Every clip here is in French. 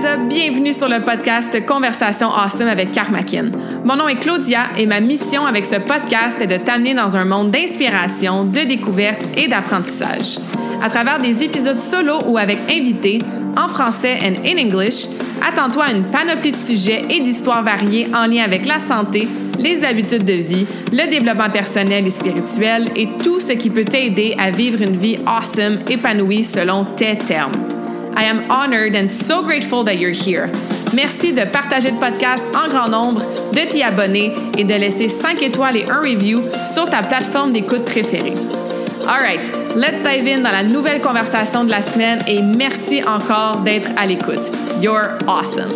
Lisa, bienvenue sur le podcast Conversation Awesome avec Karmakin. Mon nom est Claudia et ma mission avec ce podcast est de t'amener dans un monde d'inspiration, de découverte et d'apprentissage. À travers des épisodes solo ou avec invités, en français and in English, attends-toi à une panoplie de sujets et d'histoires variées en lien avec la santé, les habitudes de vie, le développement personnel et spirituel et tout ce qui peut t'aider à vivre une vie awesome, épanouie selon tes termes. I am honored and so grateful that you're here. Merci de partager le podcast en grand nombre, de t'y abonner et de laisser 5 étoiles et un review sur ta plateforme d'écoute préférée. All right, let's dive in dans la nouvelle conversation de la semaine et merci encore d'être à l'écoute. You're awesome.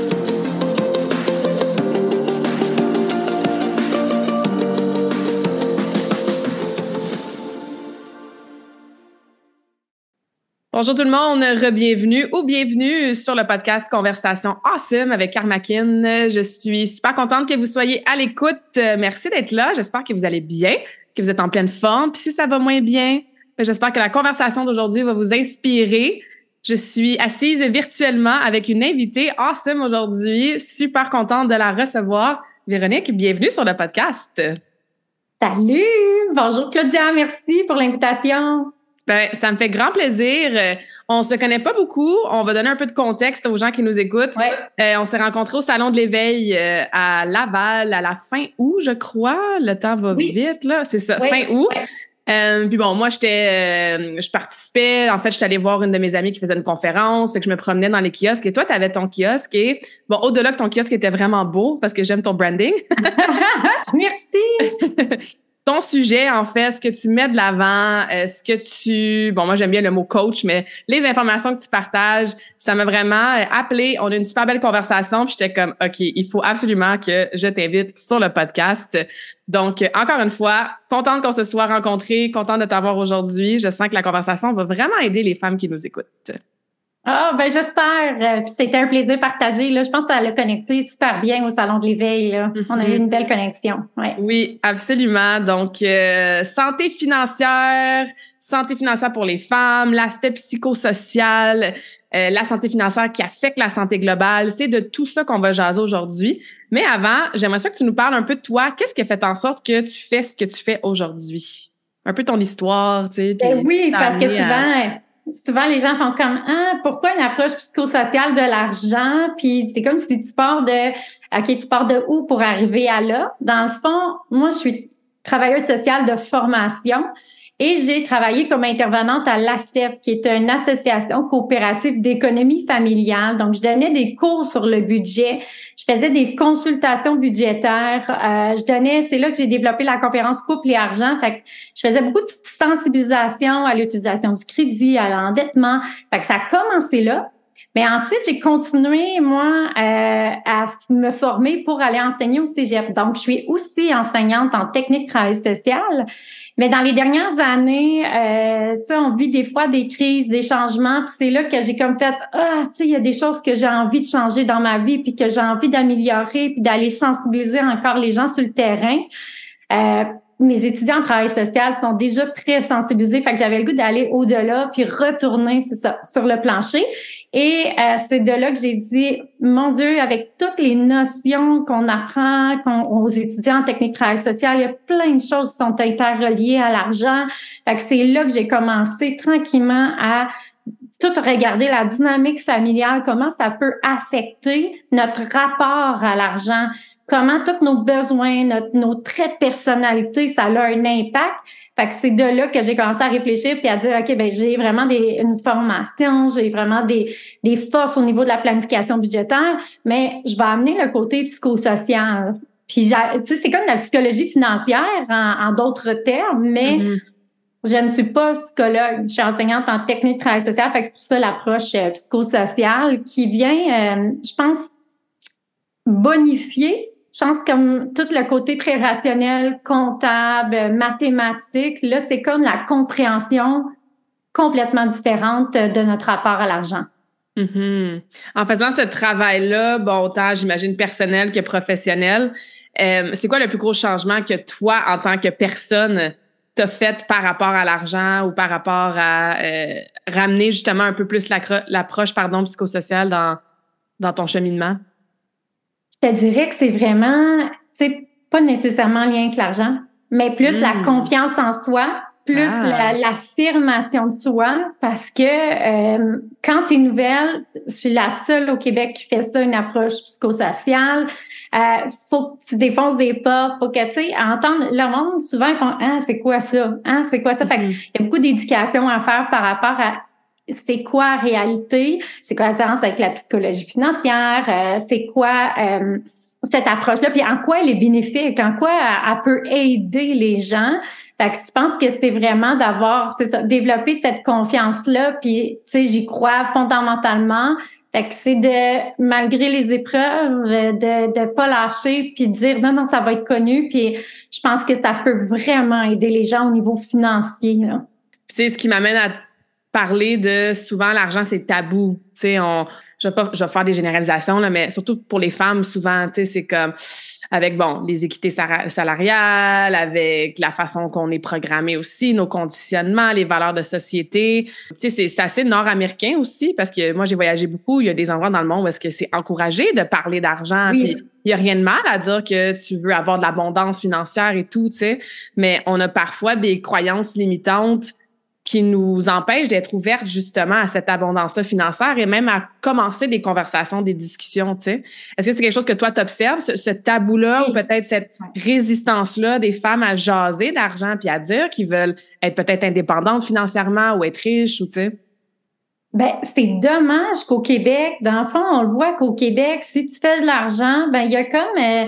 Bonjour tout le monde, re-bienvenue ou bienvenue sur le podcast Conversation Awesome avec Karmakin. Je suis super contente que vous soyez à l'écoute. Merci d'être là. J'espère que vous allez bien, que vous êtes en pleine forme. Puis si ça va moins bien, j'espère que la conversation d'aujourd'hui va vous inspirer. Je suis assise virtuellement avec une invitée awesome aujourd'hui. Super contente de la recevoir. Véronique, bienvenue sur le podcast. Salut! Bonjour Claudia, merci pour l'invitation. Ben, ça me fait grand plaisir. On se connaît pas beaucoup. On va donner un peu de contexte aux gens qui nous écoutent. Ouais. On s'est rencontrés au Salon de l'Éveil à Laval à la fin août, je crois. Le temps va vite, là. C'est ça, fin août. Ouais. Puis bon, moi, je participais. En fait, j'étais allée voir une de mes amies qui faisait une conférence. Fait que je me promenais dans les kiosques. Et toi, t'avais ton kiosque. Et bon, au-delà que ton kiosque était vraiment beau, parce que j'aime ton branding. Merci! Ton sujet, en fait, ce que tu mets de l'avant, bon, moi, j'aime bien le mot coach, mais les informations que tu partages, ça m'a vraiment appelé. On a une super belle conversation, puis j'étais comme, OK, il faut absolument que je t'invite sur le podcast. Donc, encore une fois, contente qu'on se soit rencontrés, contente de t'avoir aujourd'hui. Je sens que la conversation va vraiment aider les femmes qui nous écoutent. Ah, ben j'espère. C'était un plaisir partagé. Là, je pense que ça l'a connecté super bien au Salon de l'Éveil. Là. Mm-hmm. On a eu une belle connexion. Ouais. Oui, absolument. Donc, santé financière pour les femmes, l'aspect psychosocial, la santé financière qui affecte la santé globale. C'est de tout ça qu'on va jaser aujourd'hui. Mais avant, j'aimerais ça que tu nous parles un peu de toi. Qu'est-ce qui a fait en sorte que tu fais ce que tu fais aujourd'hui? Un peu ton histoire, tu sais. Oui, parce que souvent, les gens font comme « Ah, pourquoi une approche psychosociale de l'argent? » Puis c'est comme si tu pars de où pour arriver à là? Dans le fond, moi, je suis travailleuse sociale de formation et j'ai travaillé comme intervenante à l'ACEF, qui est une association coopérative d'économie familiale. Donc, je donnais des cours sur le budget. Je faisais des consultations budgétaires. C'est là que j'ai développé la conférence Couple et argent. Fait que je faisais beaucoup de sensibilisation à l'utilisation du crédit, à l'endettement. Fait que ça a commencé là. Mais ensuite, j'ai continué, moi, à me former pour aller enseigner au cégep. Donc, je suis aussi enseignante en technique de travail social. Mais dans les dernières années, tu sais, on vit des fois des crises, des changements. Puis c'est là que j'ai comme fait, tu sais, il y a des choses que j'ai envie de changer dans ma vie, puis que j'ai envie d'améliorer, puis d'aller sensibiliser encore les gens sur le terrain. Mes étudiants en travail social sont déjà très sensibilisés, fait que j'avais le goût d'aller au-delà puis retourner, c'est ça, sur le plancher. Et c'est de là que j'ai dit, mon Dieu, avec toutes les notions qu'on apprend aux étudiants en technique de travail social, il y a plein de choses qui sont interreliées à l'argent. Fait que c'est là que j'ai commencé tranquillement à tout regarder la dynamique familiale, comment ça peut affecter notre rapport à l'argent. Comment tous nos besoins, nos traits de personnalité, ça a un impact. Fait que c'est de là que j'ai commencé à réfléchir puis à dire, OK, ben j'ai vraiment une formation, j'ai vraiment des forces au niveau de la planification budgétaire, mais je vais amener le côté psychosocial. Puis, tu sais, c'est comme la psychologie financière en d'autres termes, mais je ne suis pas psychologue. Je suis enseignante en technique de travail social, fait que c'est pour ça l'approche psychosociale qui vient, je pense, bonifier. Je pense comme tout le côté très rationnel, comptable, mathématique, là, c'est comme la compréhension complètement différente de notre rapport à l'argent. Mm-hmm. En faisant ce travail-là, bon, autant j'imagine personnel que professionnel, c'est quoi le plus gros changement que toi, en tant que personne, t'as fait par rapport à l'argent ou par rapport à ramener justement un peu plus l'approche psychosociale dans ton cheminement? Je te dirais que c'est vraiment, c'est pas nécessairement lié avec l'argent, mais plus la confiance en soi, plus l'affirmation de soi, parce que quand t'es nouvelle, je suis la seule au Québec qui fait ça, une approche psychosociale. Faut que tu défonces des portes, faut que, tu sais, entendre le monde, souvent, ils font « Ah, c'est quoi ça? Ah, c'est quoi ça? » Fait qu'il y a beaucoup d'éducation à faire par rapport à c'est quoi la réalité, c'est quoi la différence avec la psychologie financière, c'est quoi cette approche-là, puis en quoi elle est bénéfique, en quoi elle peut aider les gens. Fait que je pense que c'est vraiment d'avoir, c'est ça, développer cette confiance-là, puis tu sais, j'y crois fondamentalement. Fait que c'est de, malgré les épreuves, de pas lâcher, puis de dire non, ça va être connu, puis je pense que ça peut vraiment aider les gens au niveau financier, là. Puis tu sais, ce qui m'amène à parler de souvent l'argent c'est tabou, tu sais, je vais faire des généralisations là, mais surtout pour les femmes souvent, tu sais, c'est comme avec les équités salariales, avec la façon qu'on est programmé aussi, nos conditionnements, les valeurs de société. Tu sais, c'est assez nord-américain aussi parce que moi j'ai voyagé beaucoup, il y a des endroits dans le monde où est-ce que c'est encouragé de parler d'argent, puis il y a rien de mal à dire que tu veux avoir de l'abondance financière et tout, tu sais, mais on a parfois des croyances limitantes qui nous empêche d'être ouvertes justement à cette abondance-là financière et même à commencer des conversations, des discussions, tu sais. Est-ce que c'est quelque chose que toi t'observes, ce tabou-là ou peut-être cette résistance-là des femmes à jaser d'argent puis à dire qu'ils veulent être peut-être indépendantes financièrement ou être riches ou tu sais? Ben, c'est dommage qu'au Québec, dans le fond, on le voit qu'au Québec, si tu fais de l'argent, ben, il y a comme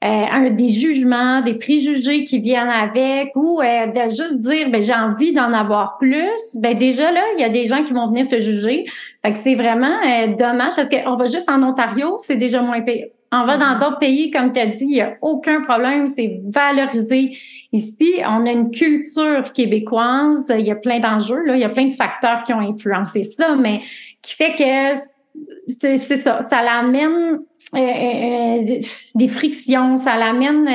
des jugements, des préjugés qui viennent avec, ou de juste dire ben j'ai envie d'en avoir plus. Ben déjà là, il y a des gens qui vont venir te juger. Fait que c'est vraiment dommage parce qu'on va juste en Ontario, c'est déjà moins pire. On va dans d'autres pays, comme tu as dit, il y a aucun problème, c'est valorisé. Ici, on a une culture québécoise, il y a plein d'enjeux, là, il y a plein de facteurs qui ont influencé ça, mais qui fait que c'est ça l'amène des frictions, ça l'amène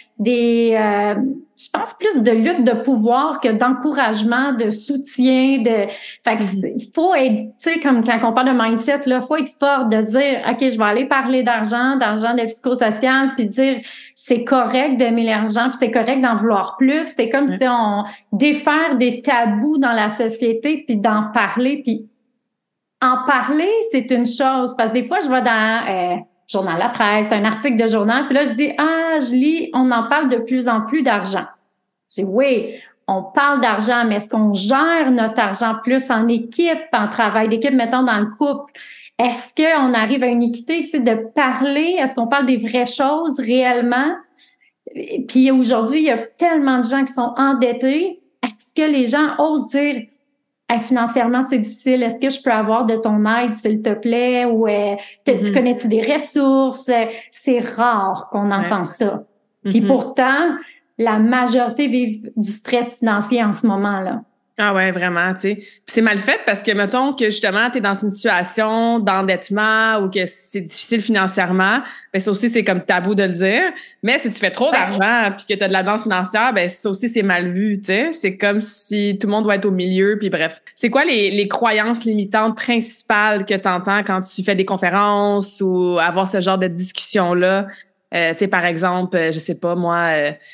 je pense plus de lutte de pouvoir que d'encouragement, de soutien, fait que il faut être, tu sais, comme quand on parle de mindset, là, faut être fort de dire, OK, je vais aller parler d'argent de psychosocial, puis dire, c'est correct d'aimer l'argent, puis c'est correct d'en vouloir plus. C'est comme si on défaire des tabous dans la société, puis d'en parler, puis en parler, c'est une chose, parce que des fois, je vais dans Journal La Presse, un article de journal, puis là, je dis, je lis, on en parle de plus en plus d'argent. Je dis, oui, on parle d'argent, mais est-ce qu'on gère notre argent plus en équipe, en travail d'équipe, mettons, dans le couple? Est-ce qu'on arrive à une équité, tu sais, de parler? Est-ce qu'on parle des vraies choses réellement? Puis aujourd'hui, il y a tellement de gens qui sont endettés. Est-ce que les gens osent dire, financièrement, c'est difficile. Est-ce que je peux avoir de ton aide, s'il te plaît? Ou tu connais-tu des ressources? C'est rare qu'on entend ça. Puis pourtant, la majorité vivent du stress financier en ce moment-là. Ah ouais, vraiment, tu sais. Puis c'est mal fait parce que, mettons que justement, t'es dans une situation d'endettement ou que c'est difficile financièrement, ben ça aussi, c'est comme tabou de le dire. Mais si tu fais trop d'argent puis que t'as de l'abondance financière, ben ça aussi, c'est mal vu, tu sais. C'est comme si tout le monde doit être au milieu, puis bref. C'est quoi les croyances limitantes principales que t'entends quand tu fais des conférences ou avoir ce genre de discussion-là? Tu sais, par exemple, je sais pas, moi...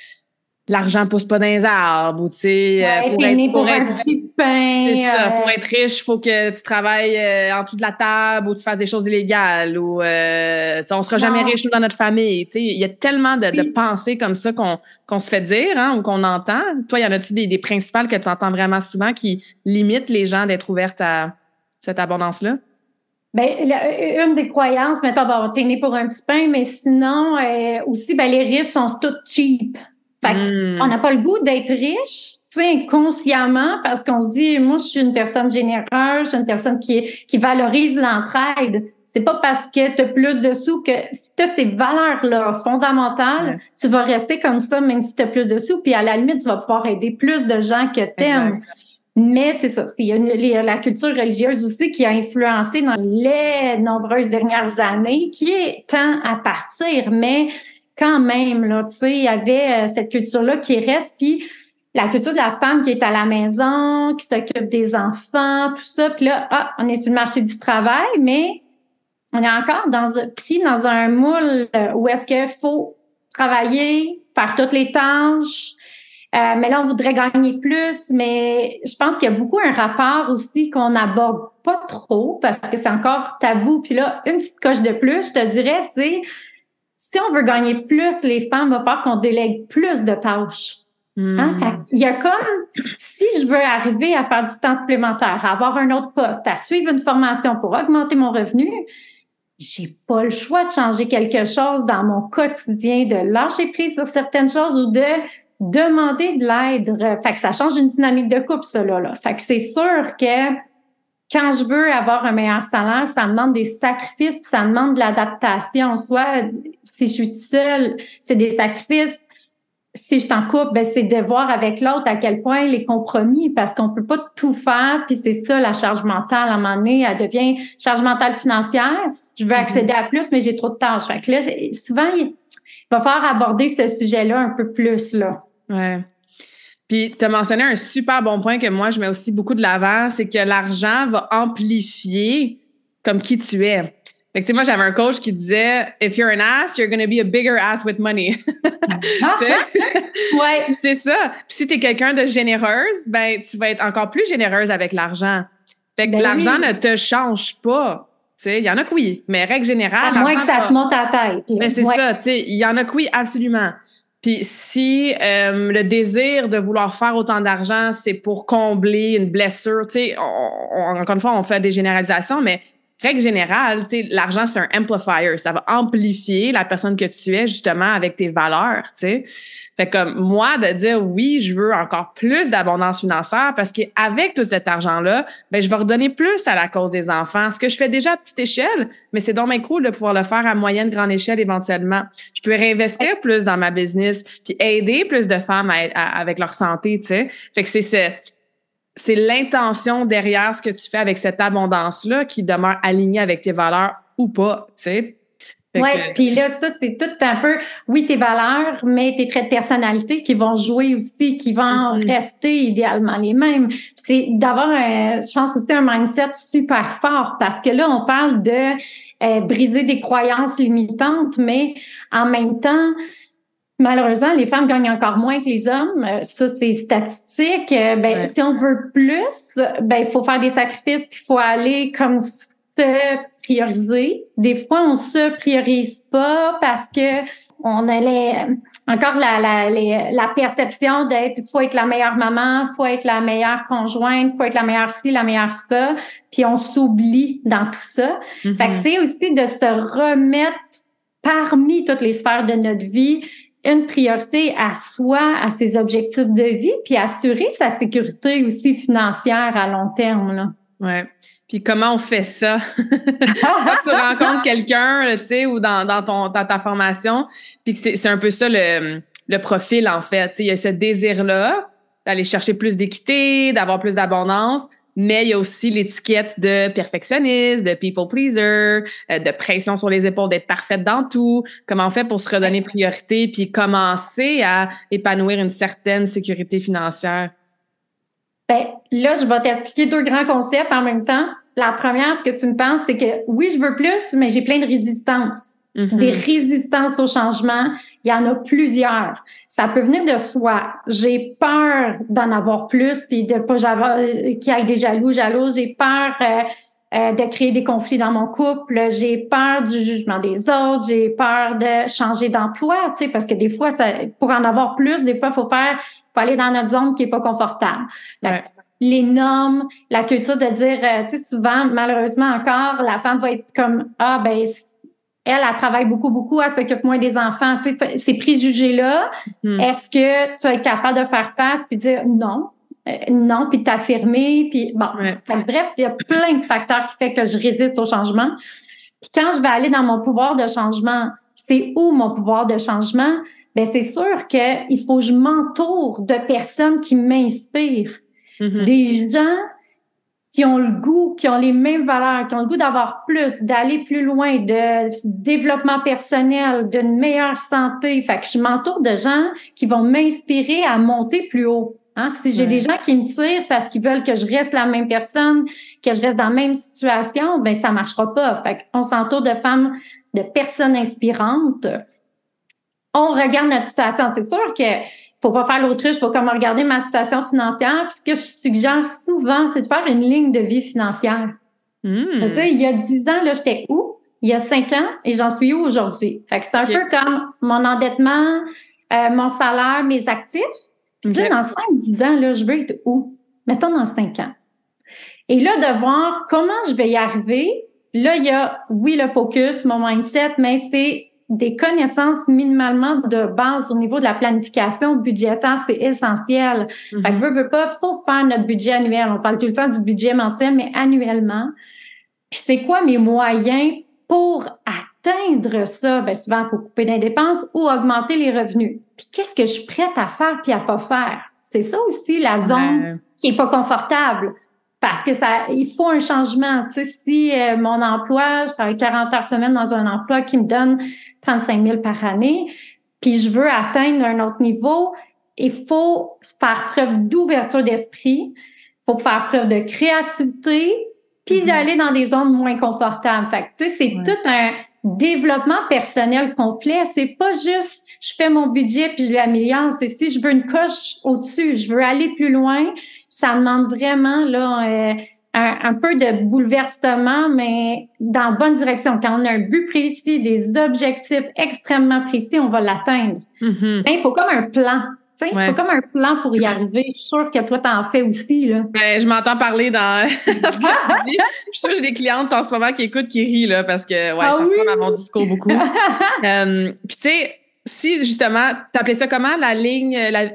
l'argent pousse pas dans les arbres, ou tu sais, pour être petit pain. C'est ça, pour être riche, il faut que tu travailles en dessous de la table ou tu fasses des choses illégales ou on sera jamais riche dans notre famille. Tu sais, il y a tellement de pensées comme ça qu'on se fait dire ou qu'on entend. Toi, y en a-tu des principales que tu entends vraiment souvent qui limitent les gens d'être ouvertes à cette abondance-là? Ben, une des croyances, mettons, t'es né pour un petit pain, mais sinon, aussi, les riches sont tous cheap. Fait qu'on n'a pas le goût d'être riche, tu sais, inconsciemment, parce qu'on se dit, moi, je suis une personne généreuse, je suis une personne qui valorise l'entraide. C'est pas parce que tu as plus de sous que si tu as ces valeurs-là fondamentales, tu vas rester comme ça, même si tu as plus de sous, puis à la limite, tu vas pouvoir aider plus de gens que t'aimes. Mais c'est ça, il y a la culture religieuse aussi qui a influencé dans les nombreuses dernières années, qui est temps à partir, mais quand même, là, tu sais, il y avait cette culture-là qui reste, puis la culture de la femme qui est à la maison, qui s'occupe des enfants, tout ça, puis là, on est sur le marché du travail, mais on est encore pris dans un moule où est-ce qu'il faut travailler, faire toutes les tâches. Mais là, on voudrait gagner plus, mais je pense qu'il y a beaucoup un rapport aussi qu'on n'aborde pas trop parce que c'est encore tabou. Puis là, une petite coche de plus, je te dirais, c'est si on veut gagner plus, les femmes, il va falloir qu'on délègue plus de tâches. Hein? Fait il y a comme, si je veux arriver à faire du temps supplémentaire, à avoir un autre poste, à suivre une formation pour augmenter mon revenu, j'ai pas le choix de changer quelque chose dans mon quotidien, de lâcher prise sur certaines choses ou de demander de l'aide. Fait que ça change une dynamique de couple, ça, là. Fait que c'est sûr que quand je veux avoir un meilleur salaire, ça demande des sacrifices, puis ça demande de l'adaptation. Soit, si je suis toute seule, c'est des sacrifices. Si je t'en couple, ben c'est de voir avec l'autre à quel point les compromis, parce qu'on peut pas tout faire, puis c'est ça, la charge mentale, à un moment donné, elle devient charge mentale financière. Je veux accéder à plus, mais j'ai trop de tâches. Fait que là, souvent, il va falloir aborder ce sujet-là un peu plus, là. Ouais. Puis, tu as mentionné un super bon point que moi, je mets aussi beaucoup de l'avant, c'est que l'argent va amplifier comme qui tu es. Fait que, tu sais, moi, j'avais un coach qui disait « If you're an ass, you're going to be a bigger ass with money. » Ouais. C'est ça. Puis si tu es quelqu'un de généreuse, ben tu vas être encore plus généreuse avec l'argent. Fait que l'argent ne te change pas. Tu sais, il y en a que oui, mais règle générale... À moins que ça te monte à la tête. Mais c'est ça, tu sais, il y en a que oui, absolument. Puis si le désir de vouloir faire autant d'argent, c'est pour combler une blessure, tu sais, encore une fois, on fait des généralisations, mais règle générale, tu sais, l'argent, c'est un amplifier. Ça va amplifier la personne que tu es, justement, avec tes valeurs, tu sais. Fait comme moi, de dire oui, je veux encore plus d'abondance financière parce qu'avec tout cet argent-là, ben je vais redonner plus à la cause des enfants. Ce que je fais déjà à petite échelle, mais c'est donc bien cool de pouvoir le faire à moyenne, grande échelle éventuellement. Je peux réinvestir plus dans ma business puis aider plus de femmes avec leur santé, tu sais. Fait que c'est l'intention derrière ce que tu fais avec cette abondance-là qui demeure alignée avec tes valeurs ou pas, tu sais. Oui, puis là, ça, c'est tout un peu, oui, tes valeurs, mais tes traits de personnalité qui vont jouer aussi, qui vont rester idéalement les mêmes. C'est d'avoir, je pense aussi, un mindset super fort parce que là, on parle de briser des croyances limitantes, mais en même temps, malheureusement, les femmes gagnent encore moins que les hommes. Ça, c'est statistique. Si on veut plus, il faut faire des sacrifices, puis il faut aller comme se prioriser. Des fois, on se priorise pas parce que on a encore la perception d'être, faut être la meilleure maman, faut être la meilleure conjointe, faut être la meilleure ci, la meilleure ça, puis on s'oublie dans tout ça. Fait que c'est aussi de se remettre parmi toutes les sphères de notre vie une priorité à soi, à ses objectifs de vie, puis assurer sa sécurité aussi financière à long terme, là. Ouais. Puis comment on fait ça? Quand tu rencontres quelqu'un, tu sais, ou dans ta formation, puis que c'est un peu ça le profil, en fait. Tu sais, il y a ce désir-là d'aller chercher plus d'équité, d'avoir plus d'abondance, mais il y a aussi l'étiquette de perfectionniste, de people pleaser, de pression sur les épaules, d'être parfaite dans tout. Comment on fait pour se redonner priorité puis commencer à épanouir une certaine sécurité financière? Ben, là, je vais t'expliquer deux grands concepts en même temps. La première, ce que tu me penses, c'est que oui, je veux plus, mais j'ai plein de résistances. Des résistances au changement, il y en a plusieurs. Ça peut venir de soi. J'ai peur d'en avoir plus, puis de pas qu'il y ait des jalouses. J'ai peur de créer des conflits dans mon couple. J'ai peur du jugement des autres. J'ai peur de changer d'emploi, tu sais, parce que des fois, pour en avoir plus, des fois, faut aller dans notre zone qui est pas confortable. Les normes, la culture de dire, tu sais, souvent, malheureusement encore, la femme va être comme, elle travaille beaucoup, elle s'occupe moins des enfants. Tu sais, ces préjugés-là, est-ce que tu vas être capable de faire face puis dire non, puis t'affirmer, puis bon. Bref, il y a plein de facteurs qui font que je résiste au changement. Puis quand je vais aller dans mon pouvoir de changement, c'est où mon pouvoir de changement? Ben c'est sûr qu'il faut que je m'entoure de personnes qui m'inspirent. Des gens qui ont le goût, qui ont les mêmes valeurs, qui ont le goût d'avoir plus, d'aller plus loin, de développement personnel, d'une meilleure santé. Fait que je m'entoure de gens qui vont m'inspirer à monter plus haut. Hein? Si j'ai des gens qui me tirent parce qu'ils veulent que je reste la même personne, que je reste dans la même situation, ben ça marchera pas. Fait qu'on s'entoure de femmes, de personnes inspirantes. On regarde notre situation. C'est sûr que faut pas faire l'autruche, faut comme regarder ma situation financière. Puis ce que je suggère souvent, c'est de faire une ligne de vie financière. Tu sais, il y a 10 ans, là, j'étais où? Il y a 5 ans, et j'en suis où aujourd'hui? Fait que c'est un peu comme mon endettement, mon salaire, mes actifs. Puis là, dans 5-10 ans, là, je veux être où? Mettons dans 5 ans. Et là, de voir comment je vais y arriver, là, il y a, oui, le focus, mon mindset, mais c'est des connaissances minimalement de base au niveau de la planification budgétaire, c'est essentiel. Fait que veux pas, faut faire notre budget annuel. On parle tout le temps du budget mensuel, mais annuellement. Puis c'est quoi mes moyens pour atteindre ça? Ben souvent, il faut couper des dépenses ou augmenter les revenus. Puis qu'est-ce que je suis prête à faire puis à pas faire? C'est ça aussi la zone qui est pas confortable. Parce que il faut un changement. Tu sais, si mon emploi, je travaille 40 heures semaine dans un emploi qui me donne 35 000 par année, puis je veux atteindre un autre niveau, il faut faire preuve d'ouverture d'esprit, il faut faire preuve de créativité, puis d'aller dans des zones moins confortables. Fait que, tu sais, c'est tout un développement personnel complet. C'est pas juste je fais mon budget puis je l'améliore. C'est si je veux une coche au-dessus, je veux aller plus loin. Ça demande vraiment là un peu de bouleversement, mais dans la bonne direction. Quand on a un but précis, des objectifs extrêmement précis, on va l'atteindre. Mais il faut comme un plan. Il faut comme un plan pour y arriver. Je suis sûre que toi, t'en fais aussi. Là. Ben, je m'entends parler dans ce que tu dis. Je touche des clientes en ce moment qui écoutent, qui rient, là, parce que ça ressemble à mon discours beaucoup. Puis tu sais, si justement, t'appelais ça comment, la ligne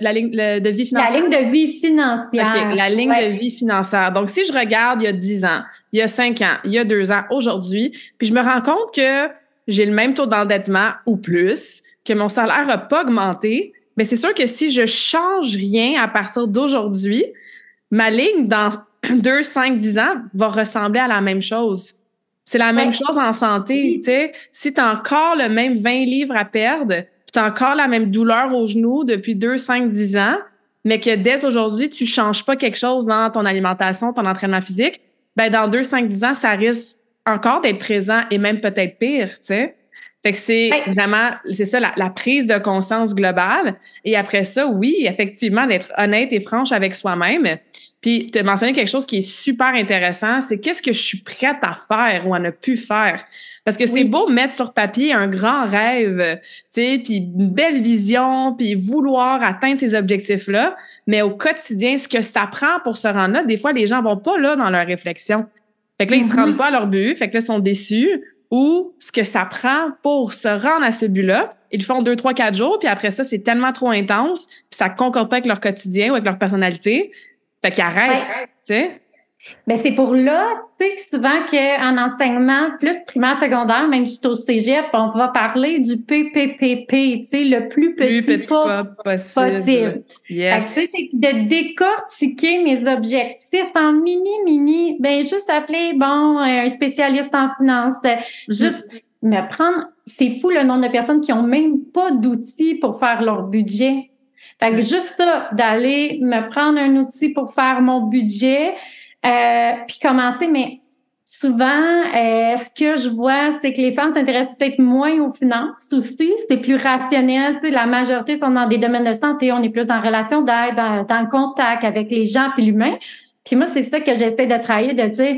de vie financière? La ligne de vie financière. OK, la ligne de vie financière. Donc, si je regarde il y a 10 ans, il y a 5 ans, il y a 2 ans, aujourd'hui, puis je me rends compte que j'ai le même taux d'endettement ou plus, que mon salaire n'a pas augmenté, bien, c'est sûr que si je change rien à partir d'aujourd'hui, ma ligne dans 2, 5, 10 ans va ressembler à la même chose. C'est la même chose en santé, tu sais. Si tu as encore le même 20 livres à perdre, puis tu as encore la même douleur au genou depuis 2, 5, 10 ans, mais que dès aujourd'hui, tu changes pas quelque chose dans ton alimentation, ton entraînement physique, ben dans 2, 5, 10 ans, ça risque encore d'être présent et même peut-être pire, tu sais. Fait que c'est vraiment, c'est ça, la prise de conscience globale. Et après ça, oui, effectivement, d'être honnête et franche avec soi-même. Puis, tu as mentionné quelque chose qui est super intéressant, c'est qu'est-ce que je suis prête à faire ou à ne plus faire. Parce que c'est beau mettre sur papier un grand rêve, tu sais, puis une belle vision, puis vouloir atteindre ces objectifs-là. Mais au quotidien, ce que ça prend pour se rendre là, des fois, les gens vont pas là dans leur réflexion. Fait que là, ils se rendent pas à leur but, fait que là, ils sont déçus. Ou ce que ça prend pour se rendre à ce but-là. Ils le font 2, 3, 4 jours, puis après ça, c'est tellement trop intense, puis ça concorde pas avec leur quotidien ou avec leur personnalité. Fait qu'ils arrêtent, tu sais. Ben c'est pour là, tu sais, souvent qu'en enseignement plus primaire, secondaire, même juste au cégep, on va parler du PPPP, tu sais, le plus petit pas possible. Yes. Fait que, c'est de décortiquer mes objectifs en mini, ben juste appeler, un spécialiste en finance, juste me prendre, c'est fou le nombre de personnes qui ont même pas d'outils pour faire leur budget. Fait que juste ça, d'aller me prendre un outil pour faire mon budget, puis commencer, mais souvent, ce que je vois, c'est que les femmes s'intéressent peut-être moins aux finances aussi. C'est plus rationnel. Tu sais, la majorité sont dans des domaines de santé. On est plus dans la relation d'aide, dans le contact avec les gens puis l'humain. Puis moi, c'est ça que j'essaie de travailler, de dire,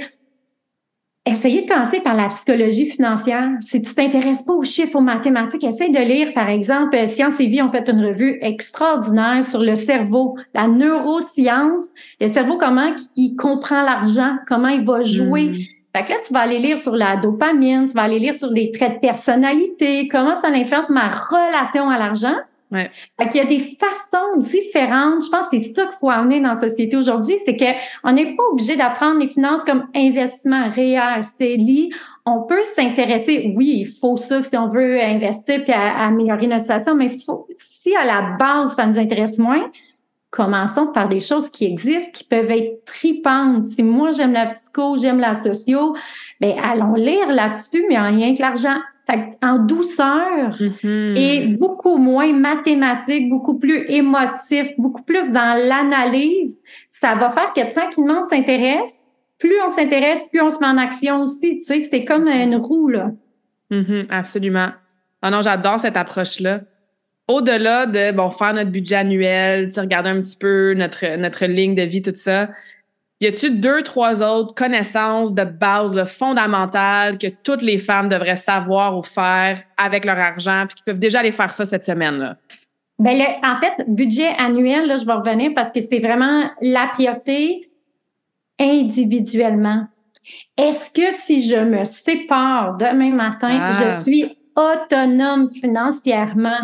essayez de commencer par la psychologie financière. Si tu t'intéresses pas aux chiffres, aux mathématiques, essaye de lire, par exemple, Science et Vie ont fait une revue extraordinaire sur le cerveau, la neuroscience, le cerveau, comment il comprend l'argent, comment il va jouer. Fait que là, tu vas aller lire sur la dopamine, tu vas aller lire sur les traits de personnalité, comment ça influence ma relation à l'argent. Ouais. Fait qu'il y a des façons différentes. Je pense que c'est ça qu'il faut amener dans la société aujourd'hui, c'est que on n'est pas obligé d'apprendre les finances comme investissement réel, CELI. On peut s'intéresser, oui, il faut ça si on veut investir puis améliorer notre situation, mais si à la base, ça nous intéresse moins, commençons par des choses qui existent, qui peuvent être tripantes. Si moi, j'aime la psycho, j'aime la socio, ben allons lire là-dessus, mais en lien avec l'argent. Fait en douceur et beaucoup moins mathématique, beaucoup plus émotif, beaucoup plus dans l'analyse, ça va faire que tranquillement, on s'intéresse. Plus on s'intéresse, plus on se met en action aussi. Tu sais, c'est comme une roue, là. Absolument. Ah non, j'adore cette approche-là. Au-delà de, faire notre budget annuel, regarder un petit peu notre ligne de vie, tout ça, y a-tu 2, 3 autres connaissances de base là, fondamentales que toutes les femmes devraient savoir ou faire avec leur argent puis qui peuvent déjà aller faire ça cette semaine-là? Ben en fait, budget annuel, là, je vais revenir parce que c'est vraiment la priorité individuellement. Est-ce que si je me sépare demain matin, je suis autonome financièrement?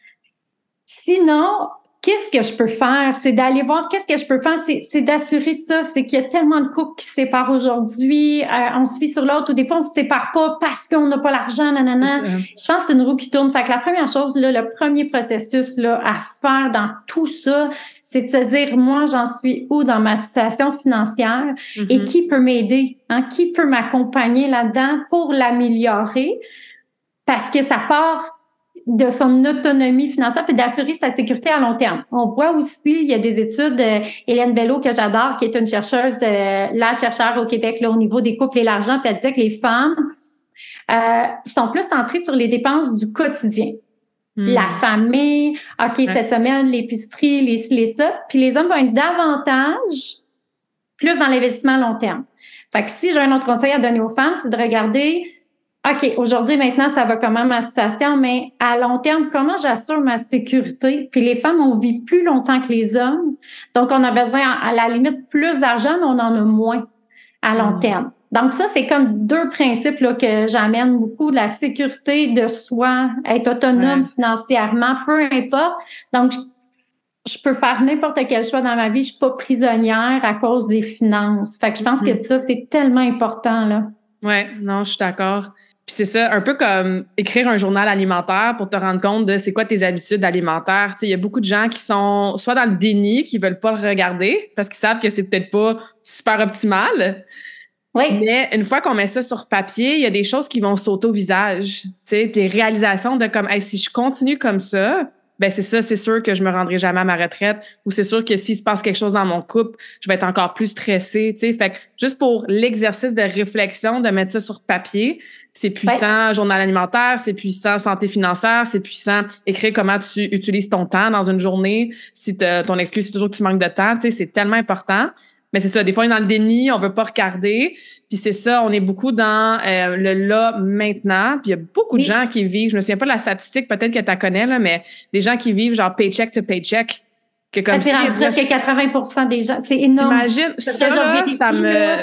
Sinon, qu'est-ce que je peux faire? C'est d'aller voir qu'est-ce que je peux faire. C'est d'assurer ça. C'est qu'il y a tellement de couples qui se séparent aujourd'hui. On se fie sur l'autre ou des fois, on se sépare pas parce qu'on n'a pas l'argent, nanana. Je pense que c'est une roue qui tourne. Fait que la première chose, là, le premier processus là, à faire dans tout ça, c'est de se dire, moi, j'en suis où dans ma situation financière et qui peut m'aider? Hein? Qui peut m'accompagner là-dedans pour l'améliorer? Parce que ça part de son autonomie financière et d'assurer sa sécurité à long terme. On voit aussi, il y a des études, Hélène Bello, que j'adore, qui est une chercheuse, la chercheure au Québec là, au niveau des couples et l'argent, puis elle disait que les femmes sont plus centrées sur les dépenses du quotidien. La famille, cette semaine, l'épicerie, les ça. Puis les hommes vont être davantage plus dans l'investissement à long terme. Fait que si j'ai un autre conseil à donner aux femmes, c'est de regarder OK, aujourd'hui, maintenant, ça va comment ma situation, mais à long terme, comment j'assure ma sécurité? Puis les femmes, on vit plus longtemps que les hommes. Donc, on a besoin, à la limite, plus d'argent, mais on en a moins à long terme. Donc, ça, c'est comme 2 principes là, que j'amène beaucoup, de la sécurité de soi, être autonome financièrement, peu importe. Donc, je peux faire n'importe quel choix dans ma vie. Je suis pas prisonnière à cause des finances. Fait que je pense que ça, c'est tellement important, là. Ouais, non, je suis d'accord. Puis c'est ça, un peu comme écrire un journal alimentaire pour te rendre compte de c'est quoi tes habitudes alimentaires. Tu sais, il y a beaucoup de gens qui sont soit dans le déni, qui veulent pas le regarder parce qu'ils savent que c'est peut-être pas super optimal. Oui. Mais une fois qu'on met ça sur papier, il y a des choses qui vont sauter au visage. Tu sais, des réalisations de comme, hey, si je continue comme ça, ben c'est ça, c'est sûr que je me rendrai jamais à ma retraite, ou c'est sûr que s'il se passe quelque chose dans mon couple, je vais être encore plus stressée, tu sais. Fait que juste pour l'exercice de réflexion, de mettre ça sur papier, c'est puissant, journal alimentaire, c'est puissant, santé financière, c'est puissant, écrire comment tu utilises ton temps dans une journée. Si ton excuse, c'est toujours que tu manques de temps, tu sais, c'est tellement important. Mais c'est ça, des fois, on est dans le déni, on veut pas regarder. Puis c'est ça, on est beaucoup dans le là, maintenant. Puis il y a beaucoup de gens qui vivent, je me souviens pas de la statistique, peut-être que tu la connais, là, mais des gens qui vivent genre paycheck to paycheck. Que comme c'est rendu presque 80% des gens. C'est énorme. T'imagines, ça, ça me...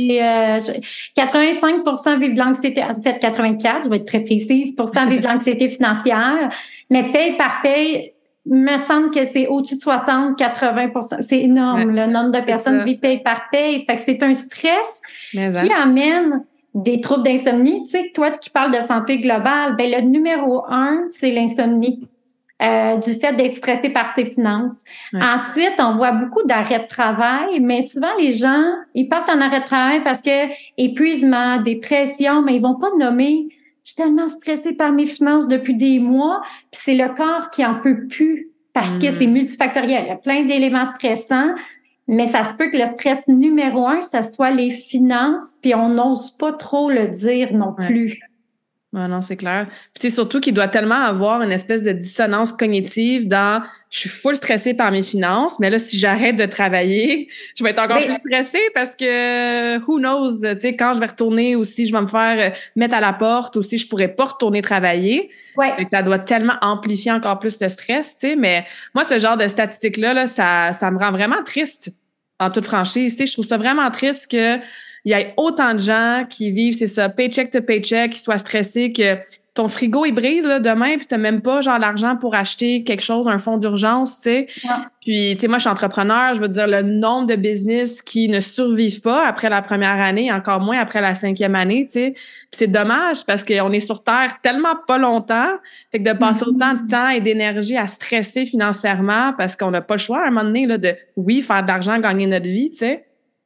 85% vivent de l'anxiété, en fait 84, je vais être très précise, vivent de l'anxiété financière, mais paye par paye, me semble que c'est au-dessus de 60-80%. C'est énorme, le nombre de personnes vivent paye par paye. Fait que c'est un stress qui amène des troubles d'insomnie. Tu sais, toi qui parles de santé globale, ben le numéro 1, c'est l'insomnie. Du fait d'être stressé par ses finances. Ensuite, on voit beaucoup d'arrêts de travail, mais souvent les gens, ils partent en arrêt de travail parce que épuisement, dépression, mais ils vont pas nommer « je suis tellement stressée par mes finances depuis des mois », puis c'est le corps qui en peut plus parce que c'est multifactoriel. Il y a plein d'éléments stressants, mais ça se peut que le stress numéro 1, ça soit les finances, puis on n'ose pas trop le dire non plus. Ah non, c'est clair. Puis tu sais, surtout qu'il doit tellement avoir une espèce de dissonance cognitive dans « je suis full stressée par mes finances, mais là, si j'arrête de travailler, je vais être encore plus stressée parce que who knows, tu sais, quand je vais retourner ou si je vais me faire mettre à la porte ou si je pourrais pas retourner travailler. » Fait que ça doit tellement amplifier encore plus le stress, tu sais. Mais moi, ce genre de statistiques-là, ça me rend vraiment triste, en toute franchise. Tu sais, je trouve ça vraiment triste que il y a autant de gens qui vivent, c'est ça, paycheck to paycheck, qui soient stressés que ton frigo, il brise là, demain, puis t'as même pas genre l'argent pour acheter quelque chose, un fonds d'urgence, tu sais. Puis, tu sais, moi, je suis entrepreneur, je veux dire, le nombre de business qui ne survivent pas après la première année, encore moins après la 5e année, tu sais. Puis c'est dommage parce qu'on est sur Terre tellement pas longtemps, fait que de passer autant de temps et d'énergie à stresser financièrement parce qu'on n'a pas le choix à un moment donné là, de, oui, faire de l'argent, gagner notre vie, tu sais.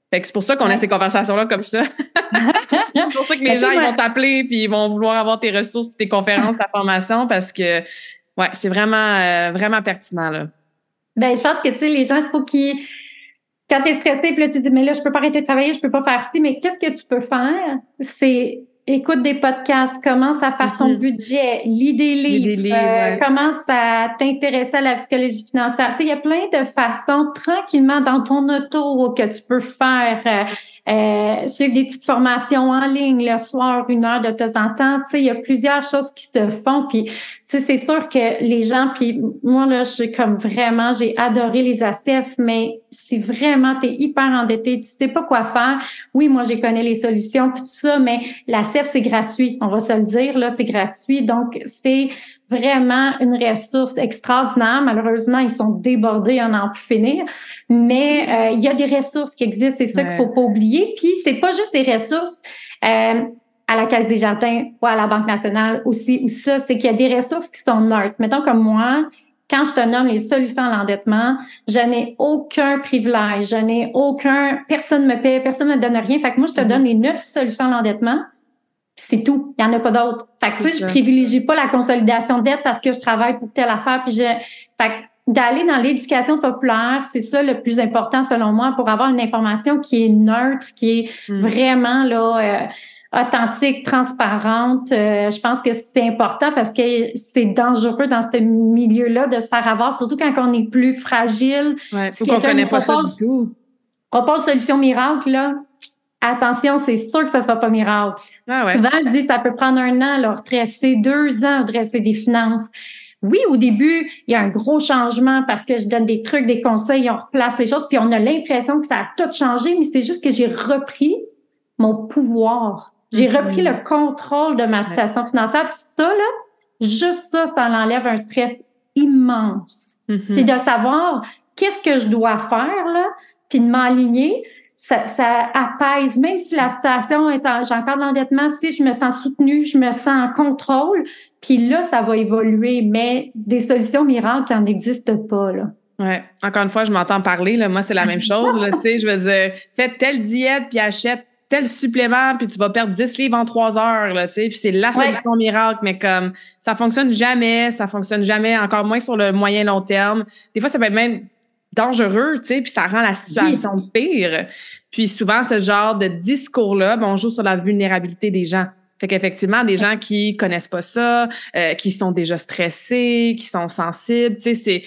Fait que c'est pour ça qu'on a ces conversations-là comme ça. C'est pour ça que les gens, ils vont t'appeler puis ils vont vouloir avoir tes ressources, tes conférences, ta formation parce que, ouais, c'est vraiment, vraiment pertinent, là. Ben, je pense que, tu sais, les gens, il faut qu'ils... Quand t'es stressé, puis là, tu dis, mais là, je peux pas arrêter de travailler, je peux pas faire ci, mais qu'est-ce que tu peux faire? C'est écoute des podcasts, commence à faire ton budget, lis des livres, commence à t'intéresser à la psychologie financière. Tu sais, il y a plein de façons, tranquillement, dans ton auto, que tu peux faire, suivre des petites formations en ligne le soir, 1 heure de temps en temps. Tu sais, il y a plusieurs choses qui se font, puis tu sais, c'est sûr que les gens, puis moi, là, j'ai adoré les ACF, mais si vraiment t'es hyper endetté, tu sais pas quoi faire, oui, moi, j'ai connais les solutions, puis tout ça, mais l'ACF, c'est gratuit, on va se le dire, là, c'est gratuit, donc c'est vraiment une ressource extraordinaire. Malheureusement, ils sont débordés, on n'en peut finir, mais il y a des ressources qui existent, c'est ça qu'il faut pas oublier, puis c'est pas juste des ressources... à la Caisse des Jardins ou à la Banque nationale aussi, ou ça, c'est qu'il y a des ressources qui sont neutres. Mettons comme moi, quand je te nomme les solutions à l'endettement, je n'ai aucun privilège, personne me paie, personne ne me donne rien. Fait que moi, je te donne les 9 solutions à l'endettement, puis c'est tout. Il n'y en a pas d'autres. Fait que tu sais, je privilégie pas la consolidation de dette parce que je travaille pour telle affaire, fait que d'aller dans l'éducation populaire, c'est ça le plus important selon moi pour avoir une information qui est neutre, qui est vraiment là authentique, transparente. Je pense que c'est important parce que c'est dangereux dans ce milieu-là de se faire avoir, surtout quand on est plus fragile. Ouais, faut qu'on connaît pas ça du tout. Propose solution miracle, là. Attention, c'est sûr que ça sera pas miracle. Ah ouais. Souvent, je dis ça peut prendre 1 an, là, redresser 2 ans, redresser des finances. Oui, au début, il y a un gros changement parce que je donne des trucs, des conseils, on replace les choses, puis on a l'impression que ça a tout changé, mais c'est juste que j'ai repris mon pouvoir. J'ai repris le contrôle de ma situation financière. Puis ça, là, juste ça l'enlève un stress immense. Puis de savoir qu'est-ce que je dois faire, là, puis de m'aligner, ça apaise. Même si la situation j'ai encore de l'endettement, si je me sens soutenue, je me sens en contrôle, puis là, ça va évoluer. Mais des solutions miracles, il n'en existe pas, là. Ouais. Encore une fois, je m'entends parler, là. Moi, c'est la même chose, là. Tu sais, je veux dire, fais telle diète, puis achète tel supplément, puis tu vas perdre 10 livres en 3 heures, là, tu sais, puis c'est la solution miracle, mais comme ça fonctionne jamais, encore moins sur le moyen long terme. Des fois, ça peut être même dangereux, tu sais, puis ça rend la situation pire. Puis souvent, ce genre de discours-là, on joue sur la vulnérabilité des gens. Fait qu'effectivement, des gens qui connaissent pas ça, qui sont déjà stressés, qui sont sensibles, tu sais, c'est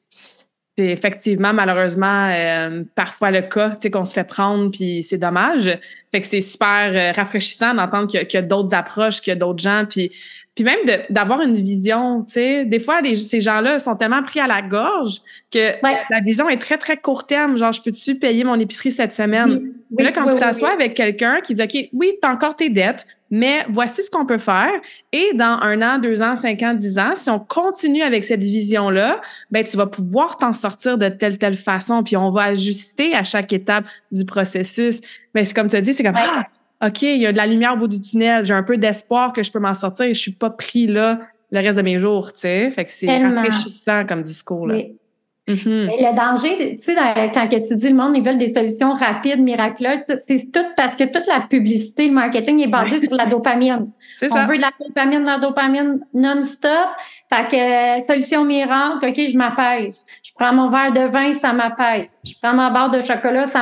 effectivement, malheureusement, parfois le cas, tu sais, qu'on se fait prendre, puis c'est dommage. Fait que c'est super rafraîchissant d'entendre qu'il y a d'autres approches, qu'il y a d'autres gens, puis même d'avoir une vision, tu sais. Des fois, ces gens-là sont tellement pris à la gorge que la vision est très, très court terme. Genre, je peux-tu payer mon épicerie cette semaine? Mais là, quand tu t'assois avec quelqu'un qui dit, OK, oui, t'as encore tes dettes, mais voici ce qu'on peut faire. Et dans 1 an, 2 ans, 5 ans, 10 ans, si on continue avec cette vision-là, ben tu vas pouvoir t'en sortir de telle façon. Puis on va ajuster à chaque étape du processus. Mais c'est comme tu as dit, c'est comme OK, il y a de la lumière au bout du tunnel. J'ai un peu d'espoir que je peux m'en sortir et je suis pas pris là le reste de mes jours, tu sais. Fait que c'est rafraîchissant comme discours, là. Oui. Mais le danger, tu sais, quand tu dis le monde, ils veulent des solutions rapides, miraculeuses, c'est tout parce que toute la publicité, le marketing est basé sur la dopamine. C'est ça. On veut de la dopamine non-stop. Fait que solution miracle, OK, je m'apaise. Je prends mon verre de vin, ça m'apaise. Je prends ma barre de chocolat, ça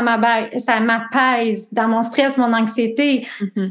m'apaise. Dans mon stress, mon anxiété.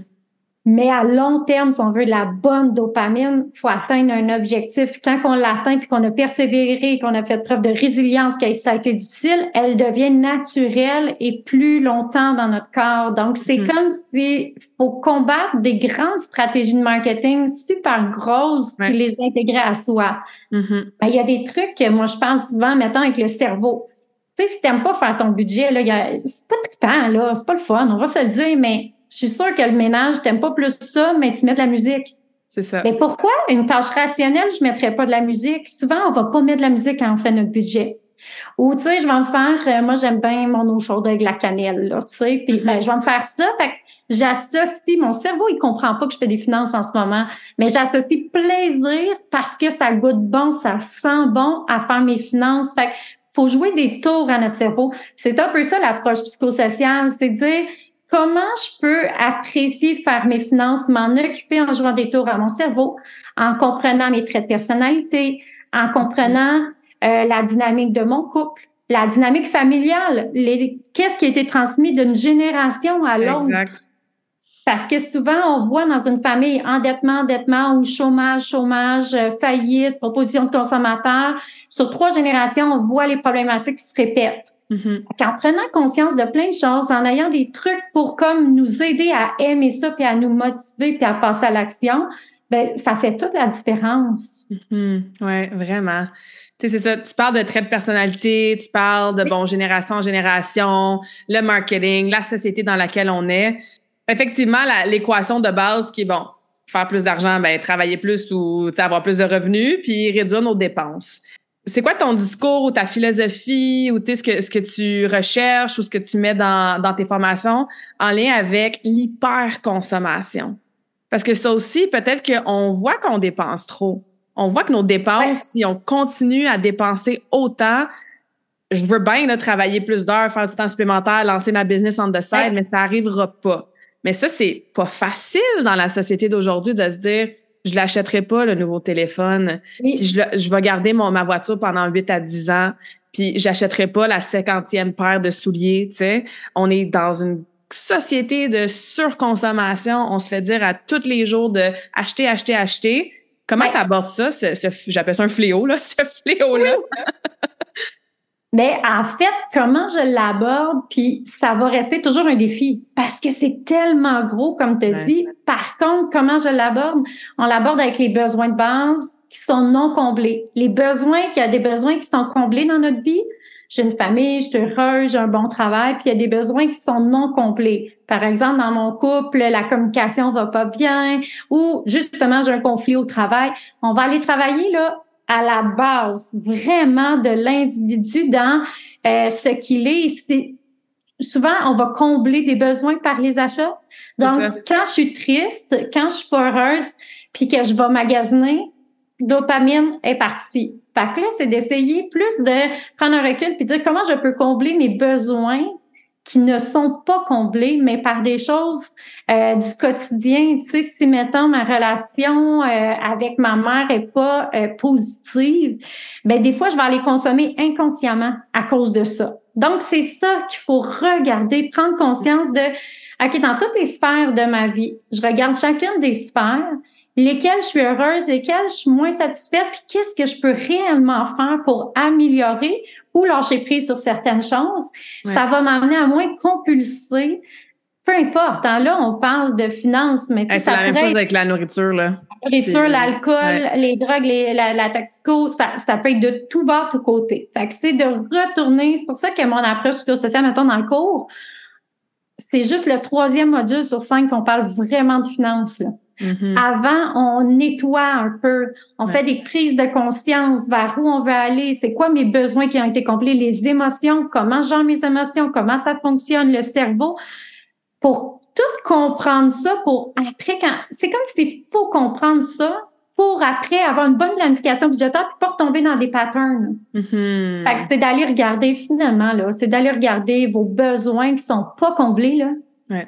Mais à long terme, si on veut de la bonne dopamine, il faut atteindre un objectif. Puis quand on l'atteint, puis qu'on a persévéré, qu'on a fait preuve de résilience, que ça a été difficile, elle devient naturelle et plus longtemps dans notre corps. Donc, c'est comme si faut combattre des grandes stratégies de marketing super grosses puis les intégrer à soi. Ben, il y a des trucs que moi, je pense souvent, mettons, avec le cerveau. Tu sais, si t'aimes pas faire ton budget, là, c'est pas trippant, là, c'est pas le fun, on va se le dire, mais je suis sûre que le ménage, t'aimes pas plus ça, mais tu mets de la musique. C'est ça. Mais pourquoi une tâche rationnelle, je mettrais pas de la musique? Souvent, on va pas mettre de la musique quand on fait notre budget. Ou, tu sais, je vais me faire, moi, j'aime bien mon eau chaude avec la cannelle, là, tu sais, puis je vais me faire ça. Fait que j'associe, mon cerveau, il comprend pas que je fais des finances en ce moment, mais j'associe plaisir parce que ça goûte bon, ça sent bon à faire mes finances. Fait que faut jouer des tours à notre cerveau. C'est un peu ça l'approche psychosociale, c'est dire comment je peux apprécier faire mes finances, m'en occuper en jouant des tours à mon cerveau, en comprenant mes traits de personnalité, en comprenant la dynamique de mon couple, la dynamique familiale, qu'est-ce qui a été transmis d'une génération à l'autre. Exact. Parce que souvent, on voit dans une famille endettement ou chômage, faillite, proposition de consommateur. Sur 3 générations, on voit les problématiques qui se répètent. En prenant conscience de plein de choses, en ayant des trucs pour comme nous aider à aimer ça, puis à nous motiver, puis à passer à l'action, ben ça fait toute la différence. Oui, vraiment. Tu sais, c'est ça, tu parles de traits de personnalité, tu parles de, génération en génération, le marketing, la société dans laquelle on est. Effectivement, l'équation de base qui est, faire plus d'argent, travailler plus ou avoir plus de revenus, puis réduire nos dépenses. C'est quoi ton discours ou ta philosophie ou ce que tu recherches ou ce que tu mets dans tes formations en lien avec l'hyperconsommation? Parce que ça aussi, peut-être qu'on voit qu'on dépense trop. On voit que nos dépenses, si on continue à dépenser autant, je veux bien là, travailler plus d'heures, faire du temps supplémentaire, lancer ma business on the side, mais ça n'arrivera pas. Mais ça, c'est pas facile dans la société d'aujourd'hui de se dire je l'achèterai pas, le nouveau téléphone, puis je vais garder ma voiture pendant 8 à 10 ans, puis j'achèterai pas la 50e paire de souliers, tu sais. On est dans une société de surconsommation. On se fait dire à tous les jours de acheter. Comment t'abordes ça? J'appelle ça un fléau, là, ce fléau-là. Mais en fait, comment je l'aborde, puis ça va rester toujours un défi parce que c'est tellement gros, comme tu as dit. Par contre, comment je l'aborde? On l'aborde avec les besoins de base qui sont non comblés. Les besoins, qu'il y a des besoins qui sont comblés dans notre vie. J'ai une famille, je suis heureuse, j'ai un bon travail, puis il y a des besoins qui sont non complets. Par exemple, dans mon couple, la communication va pas bien ou justement, j'ai un conflit au travail. On va aller travailler, là, à la base vraiment de l'individu dans ce qu'il est. Souvent, on va combler des besoins par les achats. Donc, quand je suis triste, quand je suis pas heureuse, puis que je vais magasiner, dopamine est partie. Fait que là, c'est d'essayer plus de prendre un recul puis dire comment je peux combler mes besoins qui ne sont pas comblés, mais par des choses du quotidien. Tu sais, si, mettons, ma relation avec ma mère est pas positive, ben des fois, je vais aller consommer inconsciemment à cause de ça. Donc, c'est ça qu'il faut regarder, prendre conscience de, OK, dans toutes les sphères de ma vie, je regarde chacune des sphères, lesquelles je suis heureuse, lesquelles je suis moins satisfaite, puis qu'est-ce que je peux réellement faire pour améliorer ou lâcher prise sur certaines choses. Ça va m'amener à moins compulser, peu importe. Là, on parle de finances, mais c'est la même chose avec la nourriture, là. La nourriture, l'alcool, les drogues, la toxico, ça peut être de tout bord, tout côté. Fait que c'est de retourner, c'est pour ça que mon approche psychosociale, mettons, dans le cours, c'est juste le 3e module sur 5 qu'on parle vraiment de finances, là. Avant, on nettoie un peu, on fait des prises de conscience vers où on veut aller, c'est quoi mes besoins qui ont été comblés, les émotions, comment je gère mes émotions, comment ça fonctionne, le cerveau, pour tout comprendre ça, pour après, c'est comme s'il faut comprendre ça pour après avoir une bonne planification budgétaire puis pas retomber dans des patterns. Fait que c'est d'aller regarder finalement, là, c'est d'aller regarder vos besoins qui sont pas comblés, là.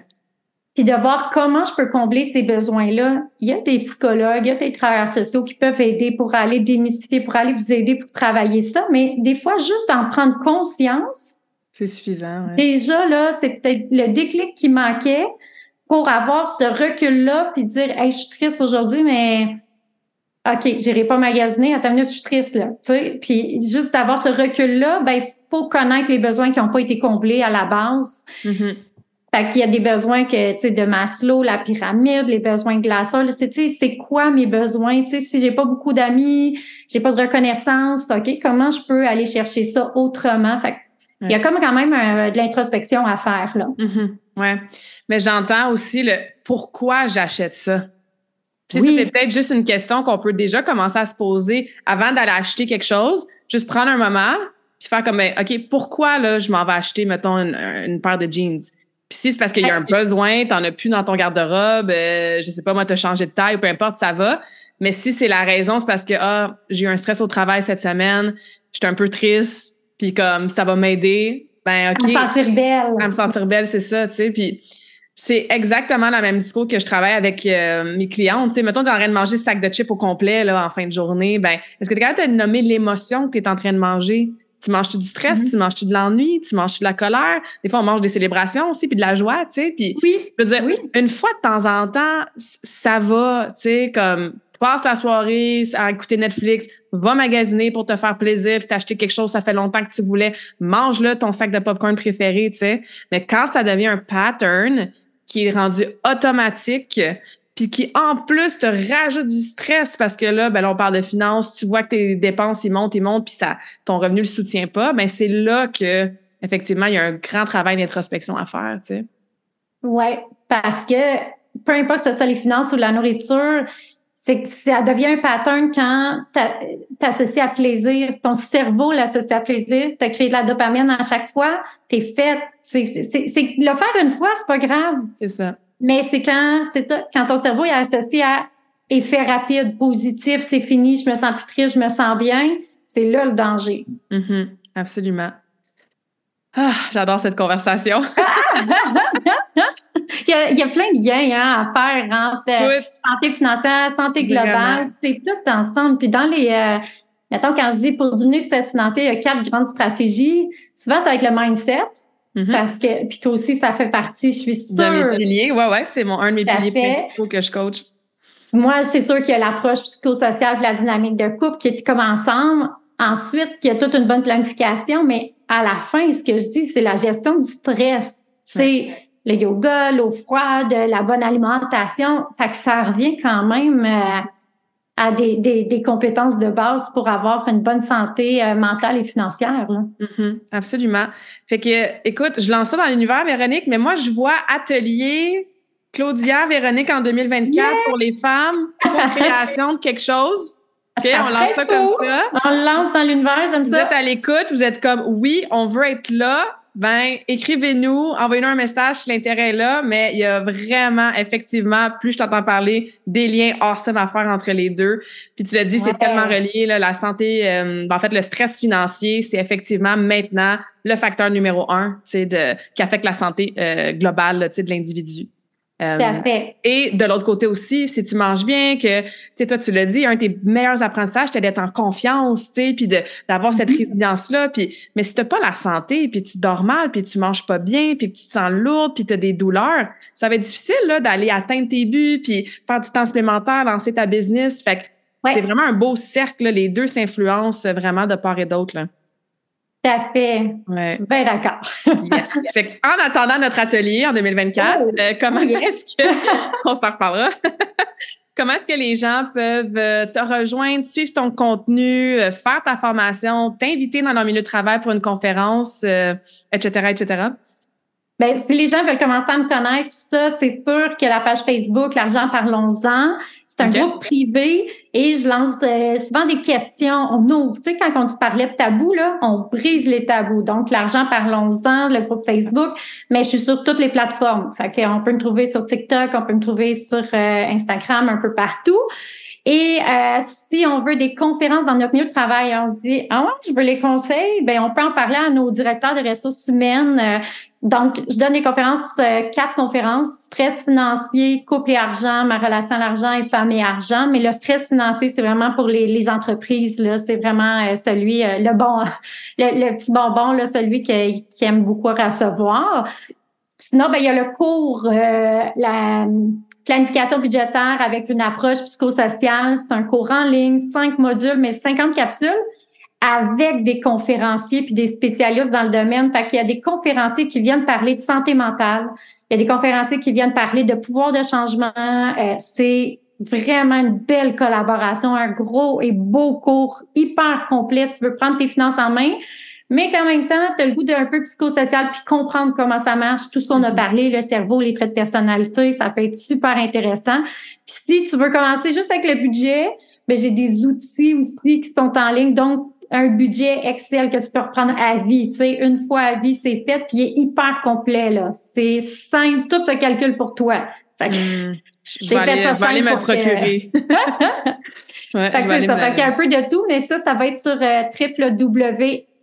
Puis de voir comment je peux combler ces besoins-là. Il y a des psychologues, il y a des travailleurs sociaux qui peuvent aider pour aller démystifier, pour aller vous aider pour travailler ça. Mais des fois, juste en prendre conscience. C'est suffisant, Déjà, là, c'est peut-être le déclic qui manquait pour avoir ce recul-là puis dire, hey, je suis triste aujourd'hui, mais OK, j'irai pas magasiner. Attends une minute, je suis triste, là. Tu sais, puis juste d'avoir ce recul-là, ben, il faut connaître les besoins qui n'ont pas été comblés à la base. Fait qu'il y a des besoins que, tu sais, de Maslow, la pyramide, les besoins de Glasser, là, c'est quoi mes besoins? Tu sais, si j'ai pas beaucoup d'amis, j'ai pas de reconnaissance, OK, comment je peux aller chercher ça autrement? Fait il y a comme quand même de l'introspection à faire, là. Ouais. Mais j'entends aussi le pourquoi j'achète ça. Puis ça, c'est peut-être juste une question qu'on peut déjà commencer à se poser avant d'aller acheter quelque chose. Juste prendre un moment, puis faire comme, OK, pourquoi, là, je m'en vais acheter, mettons, une paire de jeans? Puis si c'est parce qu'il y a un besoin, t'en as plus dans ton garde-robe, je sais pas, moi, t'as changé de taille ou peu importe, ça va. Mais si c'est la raison, c'est parce que, j'ai eu un stress au travail cette semaine, j'étais un peu triste, puis comme ça va m'aider, ben OK. À me sentir belle. À me sentir belle, c'est ça, tu sais. Puis c'est exactement le même discours que je travaille avec mes clientes. Tu sais, mettons, tu es en train de manger ce sac de chips au complet là, en fin de journée. Ben, est-ce que tu es capable de nommer l'émotion que tu es en train de manger? Tu manges-tu du stress? Tu manges-tu de l'ennui? Tu manges-tu de la colère? Des fois, on mange des célébrations aussi, puis de la joie, tu sais. Puis, je veux dire, une fois de temps en temps, ça va, tu sais, comme passe la soirée à écouter Netflix, va magasiner pour te faire plaisir, puis t'acheter quelque chose, ça fait longtemps que tu voulais, mange-le ton sac de popcorn préféré, tu sais. Mais quand ça devient un pattern qui est rendu automatique, puis qui, en plus, te rajoute du stress parce que là, ben là, on parle de finances, tu vois que tes dépenses, ils montent, puis ça, ton revenu le soutient pas, ben c'est là que, effectivement, il y a un grand travail d'introspection à faire, tu sais. Ouais, parce que peu importe que ce soit les finances ou la nourriture, c'est que ça devient un pattern quand t'associes à plaisir. Ton cerveau l'associe à plaisir. T'as créé de la dopamine à chaque fois. T'es faite. C'est le faire une fois, c'est pas grave. C'est ça. Mais c'est quand ton cerveau est associé à effet rapide, positif, c'est fini, je me sens plus triste, je me sens bien. C'est là le danger. Mm-hmm, absolument. Ah, j'adore cette conversation. il y a plein de liens à faire entre santé financière, santé globale. Vraiment. C'est tout ensemble. Puis dans les... mettons, quand je dis pour diminuer le stress financier, il y a 4 grandes stratégies. Souvent, c'est avec le mindset. Mm-hmm. Parce que... Puis toi aussi, ça fait partie, je suis sûre... De mes piliers. Ouais, c'est un de mes piliers principaux que je coach. Moi, c'est sûr qu'il y a l'approche psychosociale et la dynamique de couple qui est comme ensemble. Ensuite, il y a toute une bonne planification, mais à la fin, ce que je dis, c'est la gestion du stress. C'est le yoga, l'eau froide, la bonne alimentation. Fait que ça revient quand même à des compétences de base pour avoir une bonne santé mentale et financière. Là. Mm-hmm, absolument. Fait que, écoute, je lance ça dans l'univers, Véronique, mais moi, je vois atelier Claudia, Véronique en 2024 pour les femmes, pour création de quelque chose. OK, on lance ça comme ça. On le lance dans l'univers, j'aime ça. Vous êtes à l'écoute, vous êtes comme, oui, on veut être là. Ben, écrivez-nous, envoyez-nous un message si l'intérêt est là, mais il y a vraiment, effectivement, plus je t'entends parler, des liens awesome à faire entre les deux. Puis tu l'as dit, c'est tellement relié, là, la santé, en fait, le stress financier, c'est effectivement maintenant le facteur numéro 1, tu sais, qui affecte la santé globale, tu sais, de l'individu. Et de l'autre côté aussi, si tu manges bien, que, tu sais, toi, tu l'as dit, un de tes meilleurs apprentissages, c'est d'être en confiance, tu sais, puis d'avoir cette résilience-là. Puis, mais si t'as pas la santé, puis tu dors mal, puis tu manges pas bien, puis que tu te sens lourde, puis t'as des douleurs, ça va être difficile, là, d'aller atteindre tes buts, puis faire du temps supplémentaire, lancer ta business. Fait que c'est vraiment un beau cercle, là. Les deux s'influencent vraiment de part et d'autre, là. Tout à fait. Ouais. Je suis bien d'accord. Yes. Fait en attendant notre atelier en 2024, comment est-ce que... On s'en reparlera. Comment est-ce que les gens peuvent te rejoindre, suivre ton contenu, faire ta formation, t'inviter dans leur milieu de travail pour une conférence, etc., etc.? Bien, si les gens veulent commencer à me connaître, tout ça, c'est sûr que la page Facebook, l'Argent Parlons-en, c'est un groupe privé et je lance souvent des questions. On ouvre, tu sais, quand on te parlait de tabous, là, on brise les tabous. Donc, l'Argent Parlons-en, le groupe Facebook, mais je suis sur toutes les plateformes. Fait qu'on peut me trouver sur TikTok, on peut me trouver sur Instagram, un peu partout. Et si on veut des conférences dans notre milieu de travail, on se dit « Ah ouais, je veux les conseils », ben on peut en parler à nos directeurs de ressources humaines. Donc, je donne des conférences, 4 conférences, stress financier, couple et argent, ma relation à l'argent et femme et argent. Mais le stress financier, c'est vraiment pour les entreprises, là. C'est vraiment celui, le petit bonbon, là, celui qui aime beaucoup recevoir. Sinon, ben il y a le cours, la planification budgétaire avec une approche psychosociale. C'est un cours en ligne, 5 modules, mais 50 capsules avec des conférenciers puis des spécialistes dans le domaine. Fait qu'il y a des conférenciers qui viennent parler de santé mentale. Il y a des conférenciers qui viennent parler de pouvoir de changement. C'est vraiment une belle collaboration, un gros et beau cours hyper complet si tu veux prendre tes finances en main. Mais qu'en même temps, tu as le goût d'un peu psychosocial puis comprendre comment ça marche, tout ce qu'on a parlé, le cerveau, les traits de personnalité, ça peut être super intéressant. Puis si tu veux commencer juste avec le budget, ben j'ai des outils aussi qui sont en ligne. Donc, un budget Excel que tu peux reprendre à vie. Tu sais, une fois à vie, c'est fait, puis il est hyper complet, là. C'est simple, tout se calcule pour toi. Fait que je vais aller me procurer. Fait que c'est ça. Fait qu'il y a un peu de tout, mais ça va être sur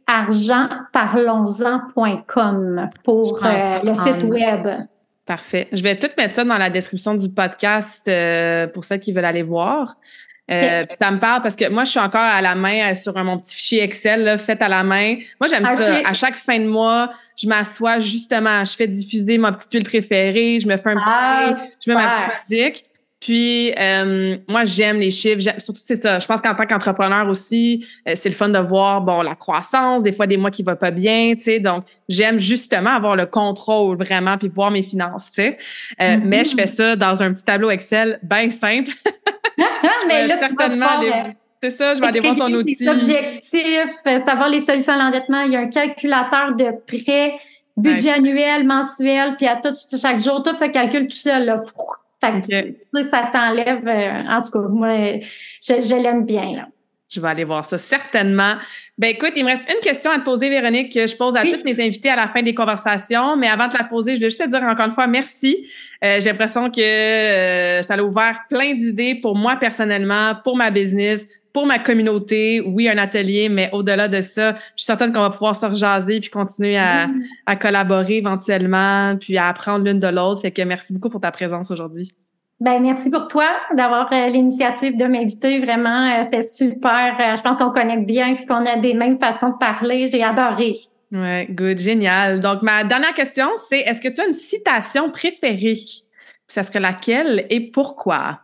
argentparlons-en.com pour le site web. Parfait. Je vais tout mettre ça dans la description du podcast pour ceux qui veulent aller voir. Puis ça me parle parce que moi, je suis encore à la main sur mon petit fichier Excel là, fait à la main. Moi, j'aime ça. À chaque fin de mois, je m'assois justement, je fais diffuser ma petite huile préférée, je me fais un petit je mets ma petite musique. Puis, moi, j'aime les chiffres. Surtout, c'est ça. Je pense qu'en tant qu'entrepreneur aussi, c'est le fun de voir, bon, la croissance, des fois, des mois qui vont pas bien, tu sais. Donc, j'aime justement avoir le contrôle vraiment puis voir mes finances, tu sais. Mais je fais ça dans un petit tableau Excel bien simple. Mais là, certainement c'est ça, je vais aller voir ton outil. Les objectifs, savoir les solutions à l'endettement. Il y a un calculateur de prêt, budget annuel, mensuel, puis à chaque jour, tout se calcule tout seul, là. Ça t'enlève. En tout cas, moi, je l'aime bien, là. Je vais aller voir ça, certainement. Ben écoute, il me reste une question à te poser, Véronique, que je pose à toutes mes invités à la fin des conversations. Mais avant de la poser, je voulais juste te dire encore une fois merci. J'ai l'impression que ça a ouvert plein d'idées pour moi personnellement, pour ma business, pour ma communauté. Oui, un atelier, mais au-delà de ça, je suis certaine qu'on va pouvoir se rejaser puis continuer à collaborer éventuellement, puis à apprendre l'une de l'autre. Fait que merci beaucoup pour ta présence aujourd'hui. Ben merci pour toi d'avoir l'initiative de m'inviter. Vraiment, c'était super. Je pense qu'on connecte bien puis qu'on a des mêmes façons de parler. J'ai adoré. Ouais, good, génial. Donc, ma dernière question, c'est est-ce que tu as une citation préférée? Ça serait laquelle et pourquoi?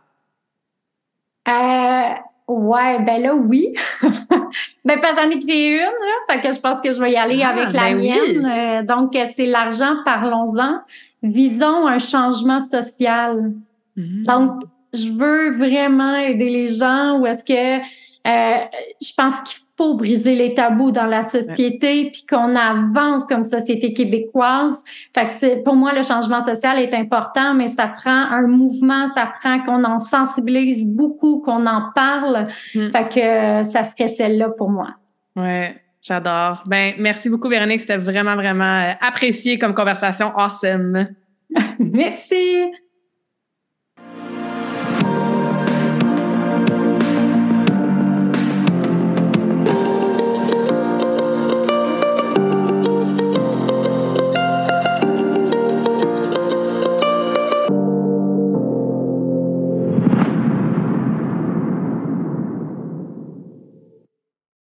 Ouais, ben là, oui. Ben, j'en ai créé une, là. Fait que je pense que je vais y aller avec la mienne. Donc, c'est l'argent, parlons-en. Visons un changement social. Donc, je veux vraiment aider les gens ou est-ce que je pense qu'il faut briser les tabous dans la société puis qu'on avance comme société québécoise. Fait que pour moi, le changement social est important, mais ça prend un mouvement, ça prend qu'on en sensibilise beaucoup, qu'on en parle. Fait que ça serait celle-là pour moi. Ouais. J'adore. Ben, merci beaucoup, Véronique. C'était vraiment, vraiment apprécié comme conversation. Awesome. Merci.